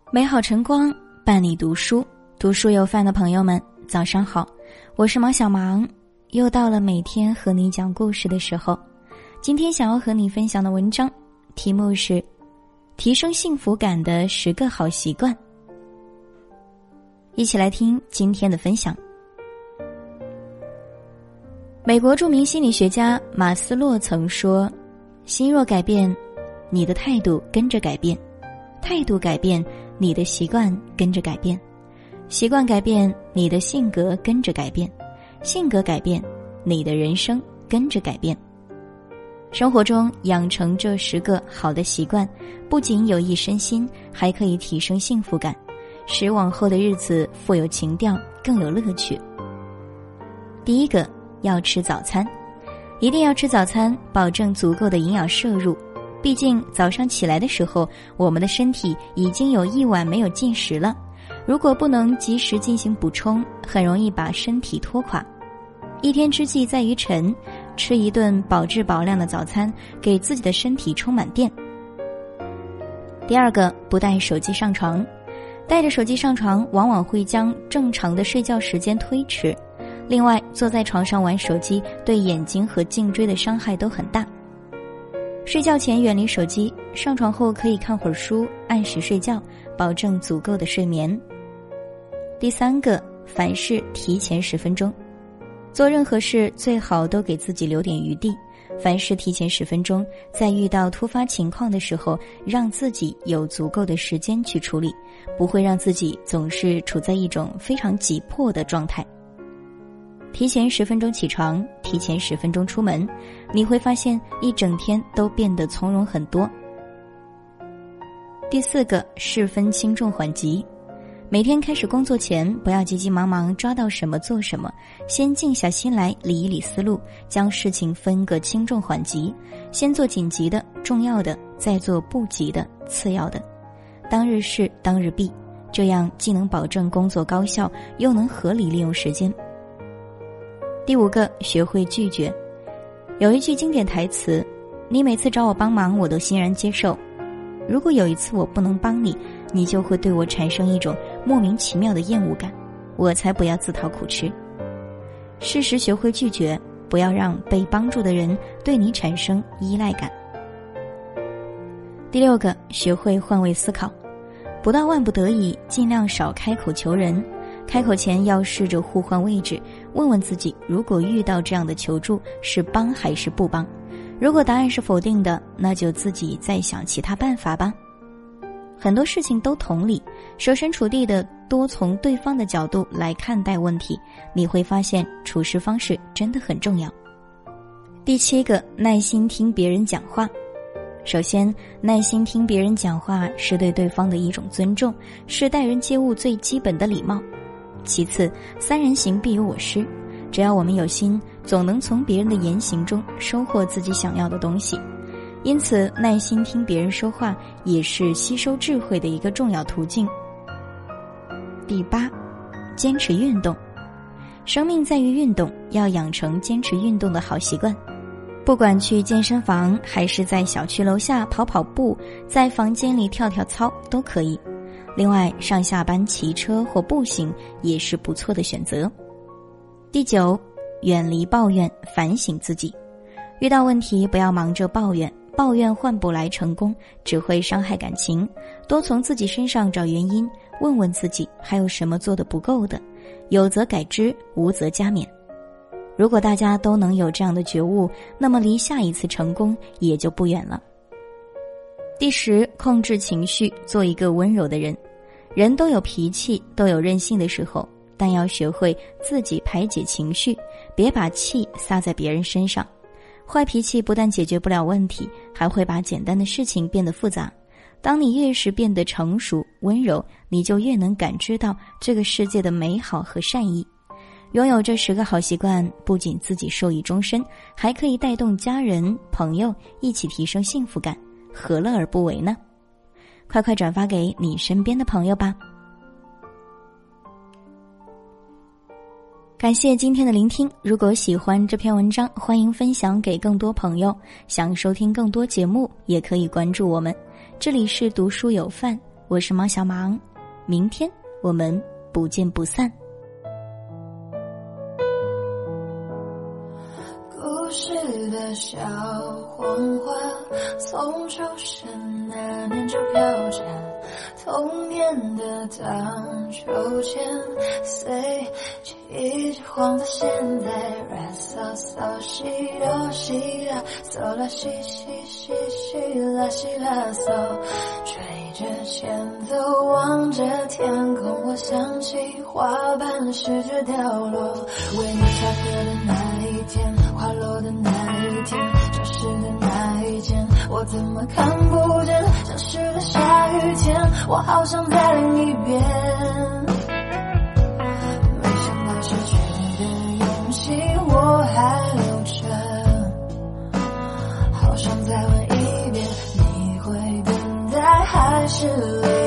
美好晨光伴你读书，读书有饭的朋友们早上好，我是毛小芒，又到了每天和你讲故事的时候。今天想要和你分享的文章题目是提升幸福感的10个好习惯。一起来听今天的分享。美国著名心理学家马斯洛曾说，心若改变，你的态度跟着改变，态度改变，你的习惯跟着改变，习惯改变，你的性格跟着改变，性格改变，你的人生跟着改变。生活中养成这10个好的习惯，不仅有益身心，还可以提升幸福感，使往后的日子富有情调，更有乐趣。第一个，要吃早餐，一定要吃早餐，保证足够的营养摄入。毕竟早上起来的时候，我们的身体已经有1晚没有进食了，如果不能及时进行补充，很容易把身体拖垮。一天之计在于晨，吃一顿保质保量的早餐，给自己的身体充满电。第二个，不带手机上床，带着手机上床往往会将正常的睡觉时间推迟。另外，坐在床上玩手机对眼睛和颈椎的伤害都很大。睡觉前远离手机，上床后可以看会儿书，按时睡觉，保证足够的睡眠。第三个，凡事提前10分钟，做任何事最好都给自己留点余地，凡事提前10分钟，在遇到突发情况的时候，让自己有足够的时间去处理，不会让自己总是处在一种非常急迫的状态。提前10分钟起床，提前10分钟出门，你会发现一整天都变得从容很多。第4个，事分轻重缓急，每天开始工作前，不要急急忙忙抓到什么做什么，先静下心来理一理思路，将事情分个轻重缓急，先做紧急的、重要的，再做不急的、次要的，当日事当日毕，这样既能保证工作高效，又能合理利用时间。第5个，学会拒绝。有一句经典台词，你每次找我帮忙，我都欣然接受。如果有一次我不能帮你，你就会对我产生一种莫名其妙的厌恶感，我才不要自讨苦吃。适时学会拒绝，不要让被帮助的人对你产生依赖感。第6个，学会换位思考。不到万不得已，尽量少开口求人。开口前要试着互换位置，问问自己，如果遇到这样的求助，是帮还是不帮？如果答案是否定的，那就自己再想其他办法吧。很多事情都同理，设身处地的多从对方的角度来看待问题，你会发现处事方式真的很重要。第7个，耐心听别人讲话。首先，耐心听别人讲话是对对方的一种尊重，是待人接物最基本的礼貌。其次，三人行必有我师，只要我们有心，总能从别人的言行中收获自己想要的东西。因此，耐心听别人说话也是吸收智慧的一个重要途径。第8，坚持运动。生命在于运动，要养成坚持运动的好习惯。不管去健身房，还是在小区楼下跑跑步，在房间里跳跳操都可以。另外，上下班骑车或步行也是不错的选择。第9，远离抱怨，反省自己。遇到问题不要忙着抱怨，抱怨换不来成功，只会伤害感情。多从自己身上找原因，问问自己还有什么做得不够的，有则改之，无则加勉。如果大家都能有这样的觉悟，那么离下一次成功也就不远了。第10，控制情绪，做一个温柔的人。人都有脾气，都有任性的时候，但要学会自己排解情绪，别把气撒在别人身上。坏脾气不但解决不了问题，还会把简单的事情变得复杂。当你越是变得成熟温柔，你就越能感知到这个世界的美好和善意。拥有这10个好习惯，不仅自己受益终身，还可以带动家人朋友一起提升幸福感，何乐而不为呢？快快转发给你身边的朋友吧。感谢今天的聆听，如果喜欢这篇文章，欢迎分享给更多朋友。想收听更多节目，也可以关注我们。这里是读书有范， 我是芒小芒，明天我们不见不散。 故事的小黄花，从出生那年就飘着，童年的荡秋千，随一直晃到现在。啦嗦嗦西哆西啦，嗦啦西西西西啦西啦嗦，吹着前奏望着天空，我想起花瓣试着掉落，为你下课的那一天，花落的那一天，消失的那一天，我怎么看不见消失的下雨天，我好想再淋一遍，没想到失去的勇气我还留着，好想再问一遍，你会等待还是留